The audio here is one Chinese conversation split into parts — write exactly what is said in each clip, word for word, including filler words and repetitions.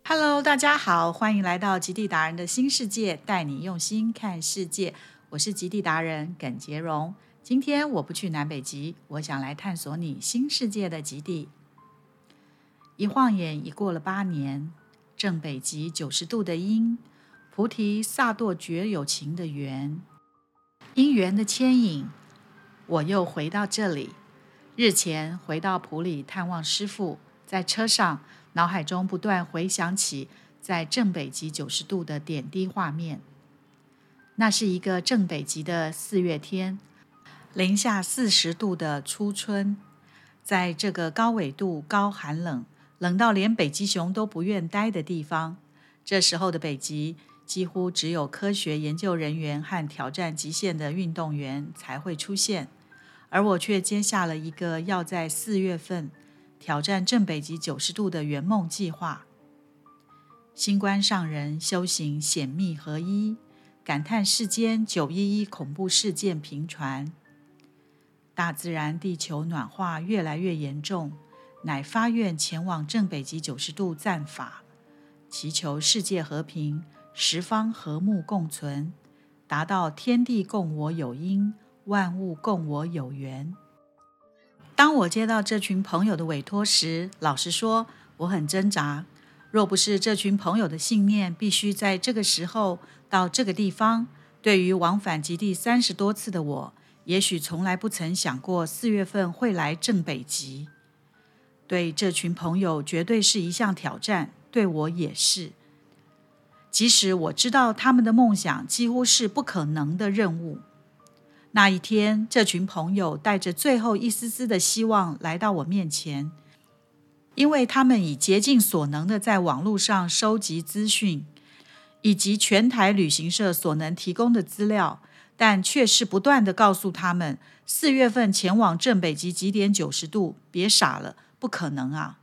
Hello，大家好，欢迎来到极地达人的新世界，带你用心看世界。我是极地达人耿洁荣。今天我不去南北极，我想来探索你新世界的极地。一晃眼已过了八年，正北极九十度的阴，菩提萨埵绝有情的缘，因缘的牵引，我又回到这里。日前回到埔里探望师父，在车上脑海中不断回想起在正北极九十度的点滴画面。那是一个正北极的四月天，零下四十度的初春，在这个高纬度、高寒冷、冷到连北极熊都不愿待的地方，这时候的北极几乎只有科学研究人员和挑战极限的运动员才会出现，而我却接下了一个要在四月份挑战正北极九十度的圆梦计划。星官上人修行显密合一，感叹世间九一一恐怖事件频传，大自然地球暖化越来越严重，乃发愿前往正北极九十度赞法，祈求世界和平，十方和睦共存，达到天地共我有因，万物共我有缘。当我接到这群朋友的委托时，老实说，我很挣扎。若不是这群朋友的信念必须在这个时候到这个地方，对于往返极地三十多次的我，也许从来不曾想过四月份会来正北极。对这群朋友绝对是一项挑战，对我也是。即使我知道他们的梦想几乎是不可能的任务。那一天，这群朋友带着最后一丝丝的希望来到我面前，因为他们已竭尽所能的在网络上收集资讯，以及全台旅行社所能提供的资料，但却是不断的告诉他们，四月份前往正北极极点九十度，别傻了，不可能啊！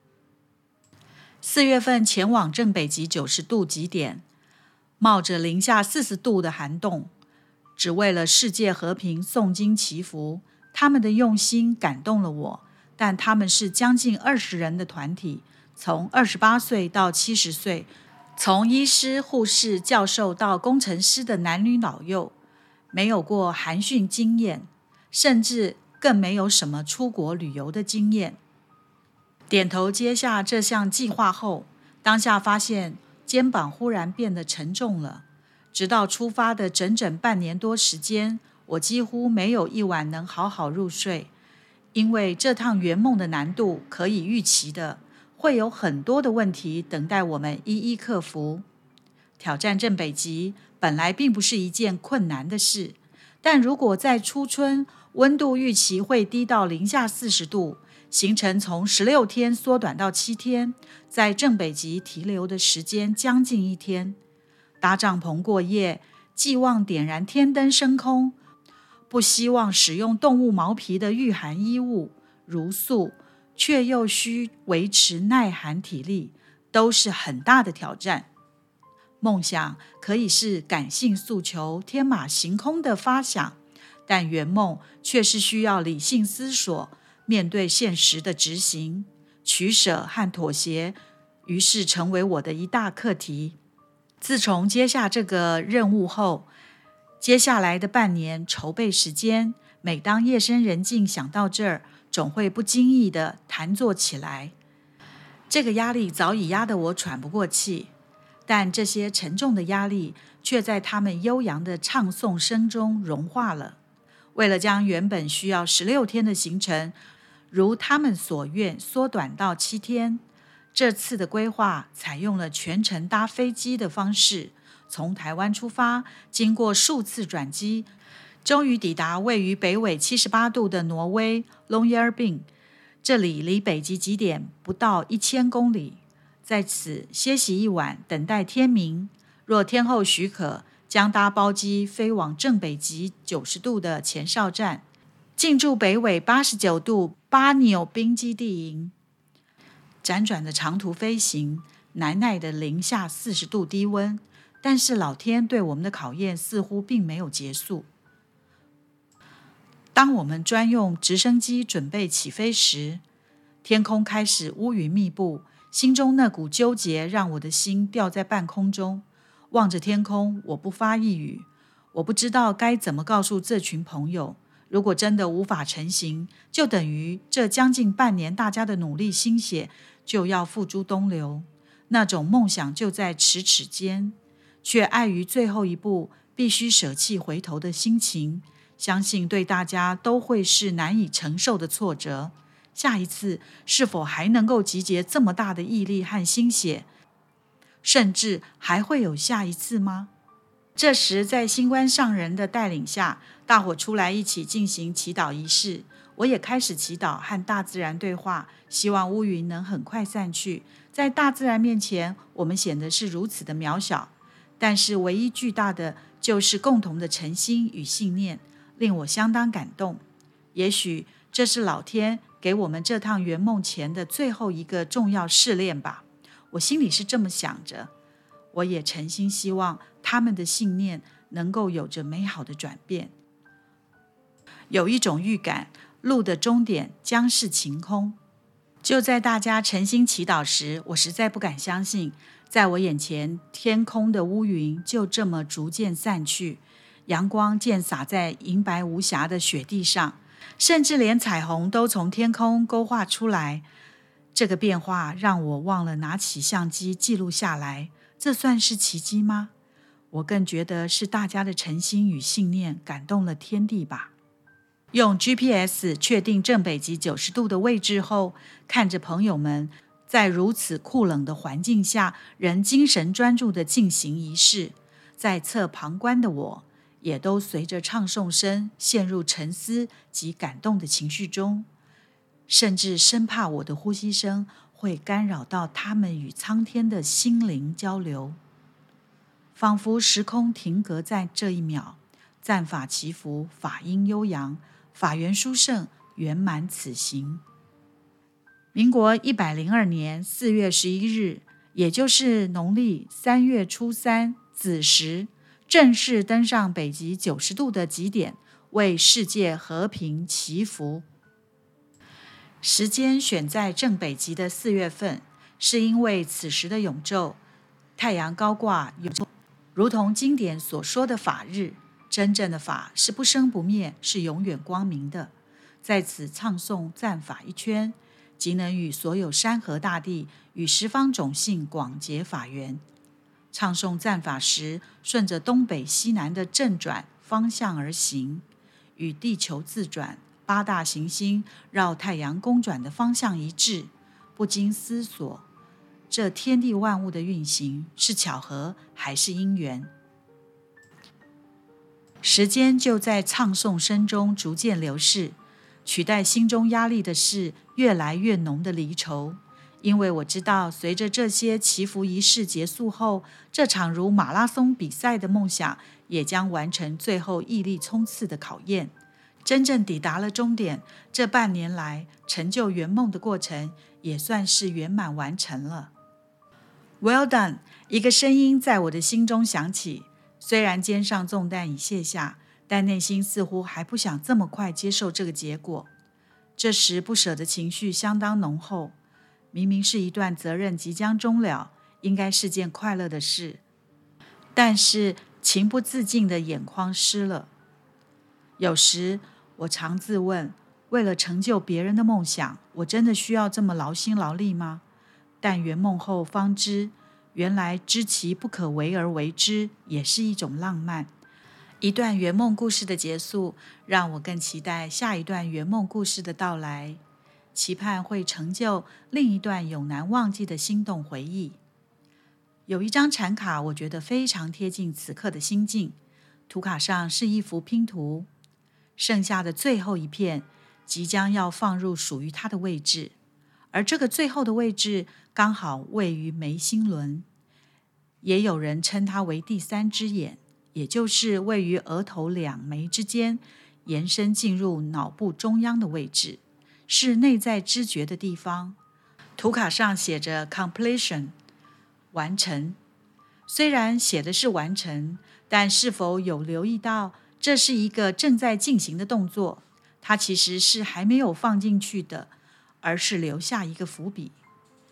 四月份前往正北极九十度极点，冒着零下四十度的寒冻，只为了世界和平诵经祈福，他们的用心感动了我。但他们是将近二十人的团体，从二十八岁到七十岁，从医师、护士、教授到工程师的男女老幼，没有过寒训经验，甚至更没有什么出国旅游的经验。点头接下这项计划后，当下发现肩膀忽然变得沉重了。直到出发的整整半年多时间，我几乎没有一晚能好好入睡，因为这趟圆梦的难度可以预期的，会有很多的问题等待我们一一克服。挑战正北极本来并不是一件困难的事，但如果在初春温度预期会低到零下四十度，行程从十六天缩短到七天，在正北极停留的时间将近一天，搭帐篷过夜，寄望点燃天灯升空，不希望使用动物毛皮的御寒衣物，如素，却又需维持耐寒体力，都是很大的挑战。梦想可以是感性诉求，天马行空的发想，但圆梦却是需要理性思索，面对现实的执行，取舍和妥协，于是成为我的一大课题。自从接下这个任务后，接下来的半年筹备时间，每当夜深人静想到这儿，总会不经意地弹坐起来。这个压力早已压得我喘不过气，但这些沉重的压力却在他们悠扬的唱诵声中融化了。为了将原本需要十六天的行程，如他们所愿缩短到七天，这次的规划采用了全程搭飞机的方式，从台湾出发，经过数次转机，终于抵达位于北纬七十八度的挪威 Longyearbyen。 这里离北极极点不到一千公里，在此歇息一晚，等待天明。若天候许可，将搭包机飞往正北极九十度的前哨站，进驻北纬八十九度巴纽冰基地营。辗转的长途飞行，难耐的零下四十度低温，但是老天对我们的考验似乎并没有结束。当我们专用直升机准备起飞时，天空开始乌云密布， 心中那股纠结让我的心吊在半空中，望着天空，我不发一语。我不知道该怎么告诉这群朋友，如果真的无法成行，就等于这将近半年大家的努力心血就要付诸东流。那种梦想就在咫尺间，却碍于最后一步必须舍弃回头的心情，相信对大家都会是难以承受的挫折。下一次是否还能够集结这么大的毅力和心血？甚至还会有下一次吗？这时，在新官上人的带领下，大伙出来一起进行祈祷仪式。我也开始祈祷和大自然对话，希望乌云能很快散去。在大自然面前，我们显得是如此的渺小，但是唯一巨大的就是共同的诚心与信念，令我相当感动。也许这是老天给我们这趟圆梦前的最后一个重要试炼吧，我心里是这么想着。我也诚心希望他们的信念能够有着美好的转变。有一种预感，路的终点将是晴空。就在大家诚心祈祷时，我实在不敢相信，在我眼前天空的乌云就这么逐渐散去，阳光渐洒在银白无瑕的雪地上，甚至连彩虹都从天空勾画出来。这个变化让我忘了拿起相机记录下来，这算是奇迹吗？我更觉得是大家的诚心与信念感动了天地吧。用 G P S 确定正北极九十度的位置后，看着朋友们在如此酷冷的环境下仍精神专注地进行仪式，在侧旁观的我也都随着唱诵声陷入沉思及感动的情绪中，甚至生怕我的呼吸声会干扰到他们与苍天的心灵交流。仿佛时空停格在这一秒，赞法祈福，法音悠扬，法缘殊胜，圆满此行。民国一百零二年四月十一日，也就是农历三月初三子时，正式登上北极九十度的极点，为世界和平祈福。时间选在正北极的四月份，是因为此时的永昼，太阳高挂，如同经典所说的法日。真正的法是不生不灭，是永远光明的。在此唱诵赞法一圈，即能与所有山河大地与十方种姓广结法缘。唱诵赞法时，顺着东北西南的正转方向而行，与地球自转、八大行星绕太阳公转的方向一致。不经思索，这天地万物的运行是巧合还是因缘？时间就在唱诵声中逐渐流逝，取代心中压力的是越来越浓的离愁。因为我知道，随着这些祈福仪式结束后，这场如马拉松比赛的梦想也将完成最后毅力冲刺的考验。真正抵达了终点，这半年来成就圆梦的过程也算是圆满完成了。Well done！ 一个声音在我的心中响起。虽然肩上重担已卸下，但内心似乎还不想这么快接受这个结果。这时不舍的情绪相当浓厚，明明是一段责任即将终了，应该是件快乐的事，但是情不自禁的眼眶湿了。有时我常自问，为了成就别人的梦想，我真的需要这么劳心劳力吗？但圆梦后方知，原来知其不可为而为之，也是一种浪漫。一段圆梦故事的结束，让我更期待下一段圆梦故事的到来，期盼会成就另一段永难忘记的心动回忆。有一张禅卡，我觉得非常贴近此刻的心境。图卡上是一幅拼图，剩下的最后一片即将要放入属于它的位置，而这个最后的位置刚好位于眉心轮，也有人称它为第三只眼，也就是位于额头两眉之间，延伸进入脑部中央的位置，是内在知觉的地方。图卡上写着 completion， 完成。虽然写的是完成，但是否有留意到这是一个正在进行的动作？它其实是还没有放进去的，而是留下一个伏笔。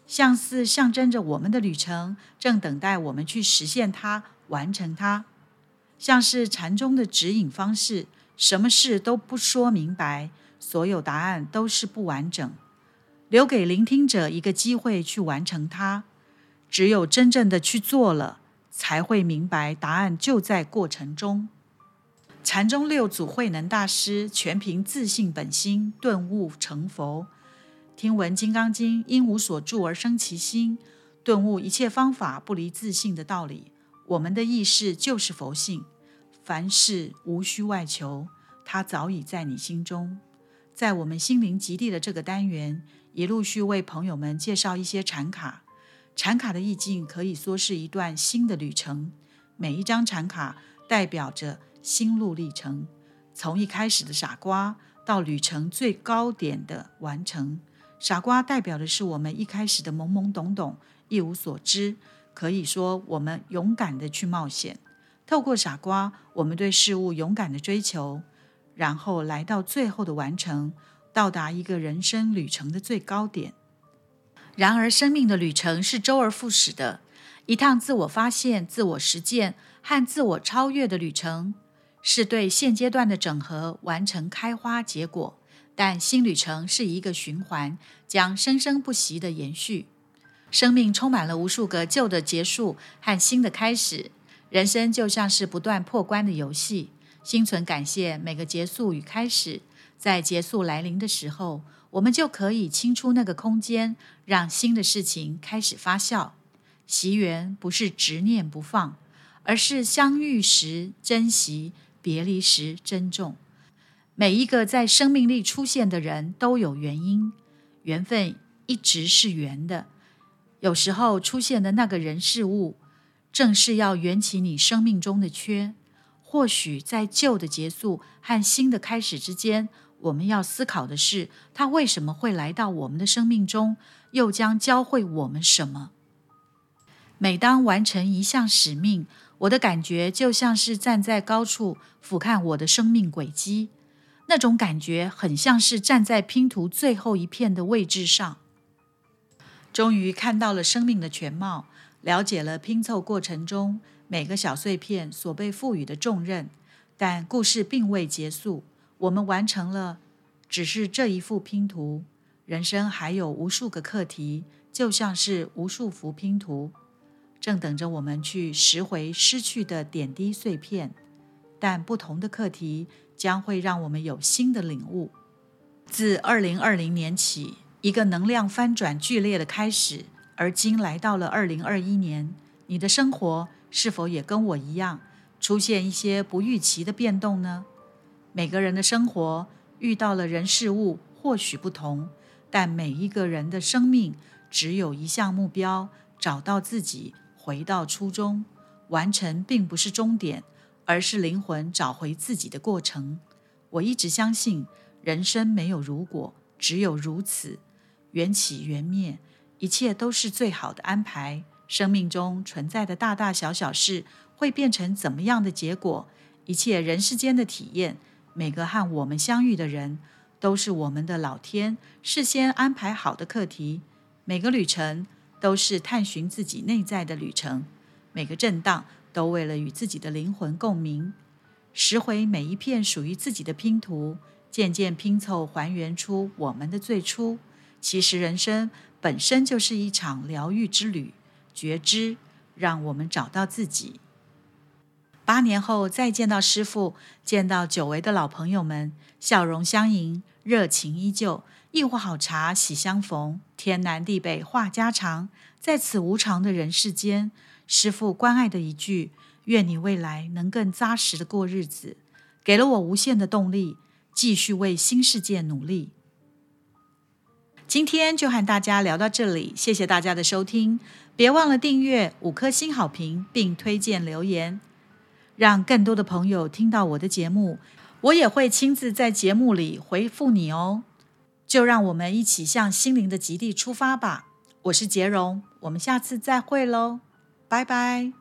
像似象征着我们的旅程正等待我们去实现它、完成它。像是禅宗的指引方式，什么事都不说明白，所有答案都是不完整，留给聆听者一个机会去完成它。只有真正的去做了，才会明白答案就在过程中。禅宗六祖慧能大师全凭自信本心顿悟成佛。听闻《金刚经》因无所住而生其心，顿悟一切方法不离自性的道理。我们的意识就是佛性，凡事无需外求，它早已在你心中。在我们心灵极地的这个单元，也陆续为朋友们介绍一些禅卡。禅卡的意境可以说是一段新的旅程，每一张禅卡代表着心路历程，从一开始的傻瓜到旅程最高点的完成。傻瓜代表的是我们一开始的懵懵懂懂，一无所知，可以说我们勇敢的去冒险。透过傻瓜，我们对事物勇敢的追求，然后来到最后的完成，到达一个人生旅程的最高点。然而生命的旅程是周而复始的，一趟自我发现、自我实践和自我超越的旅程，是对现阶段的整合完成开花结果。但新旅程是一个循环，将生生不息的延续。生命充满了无数个旧的结束和新的开始，人生就像是不断破关的游戏。心存感谢每个结束与开始，在结束来临的时候，我们就可以清出那个空间，让新的事情开始发酵。惜缘不是执念不放，而是相遇时珍惜，别离时珍重。每一个在生命里出现的人都有原因，缘分一直是圆的。有时候出现的那个人事物，正是要圆起你生命中的缺。或许在旧的结束和新的开始之间，我们要思考的是，他为什么会来到我们的生命中，又将教会我们什么？每当完成一项使命，我的感觉就像是站在高处俯瞰我的生命轨迹。那种感觉很像是站在拼图最后一片的位置上，终于看到了生命的全貌，了解了拼凑过程中每个小碎片所被赋予的重任。但故事并未结束，我们完成了只是这一幅拼图，人生还有无数个课题，就像是无数幅拼图，正等着我们去拾回失去的点滴碎片。但不同的课题将会让我们有新的领悟。自二零二零年起，一个能量翻转剧烈的开始，而今来到了二零二一年，你的生活是否也跟我一样，出现一些不预期的变动呢？每个人的生活遇到了人事物或许不同，但每一个人的生命只有一项目标，找到自己，回到初衷。完成并不是终点，而是灵魂找回自己的过程。我一直相信，人生没有如果，只有如此。缘起缘灭，一切都是最好的安排。生命中存在的大大小小事，会变成怎么样的结果？一切人世间的体验，每个和我们相遇的人，都是我们的老天事先安排好的课题。每个旅程都是探寻自己内在的旅程，每个震荡都为了与自己的灵魂共鸣，拾回每一片属于自己的拼图，渐渐拼凑还原出我们的最初。其实人生本身就是一场疗愈之旅，觉知让我们找到自己。八年后再见到师父，见到久违的老朋友们，笑容相迎，热情依旧，一壶好茶喜相逢，天南地北话家常。在此无常的人世间，师父关爱的一句，愿你未来能更扎实的过日子，给了我无限的动力，继续为新世界努力。今天就和大家聊到这里，谢谢大家的收听，别忘了订阅、五颗星好评并推荐留言，让更多的朋友听到我的节目，我也会亲自在节目里回复你哦。就让我们一起向心灵的极地出发吧。我是杰荣，我们下次再会喽，拜拜。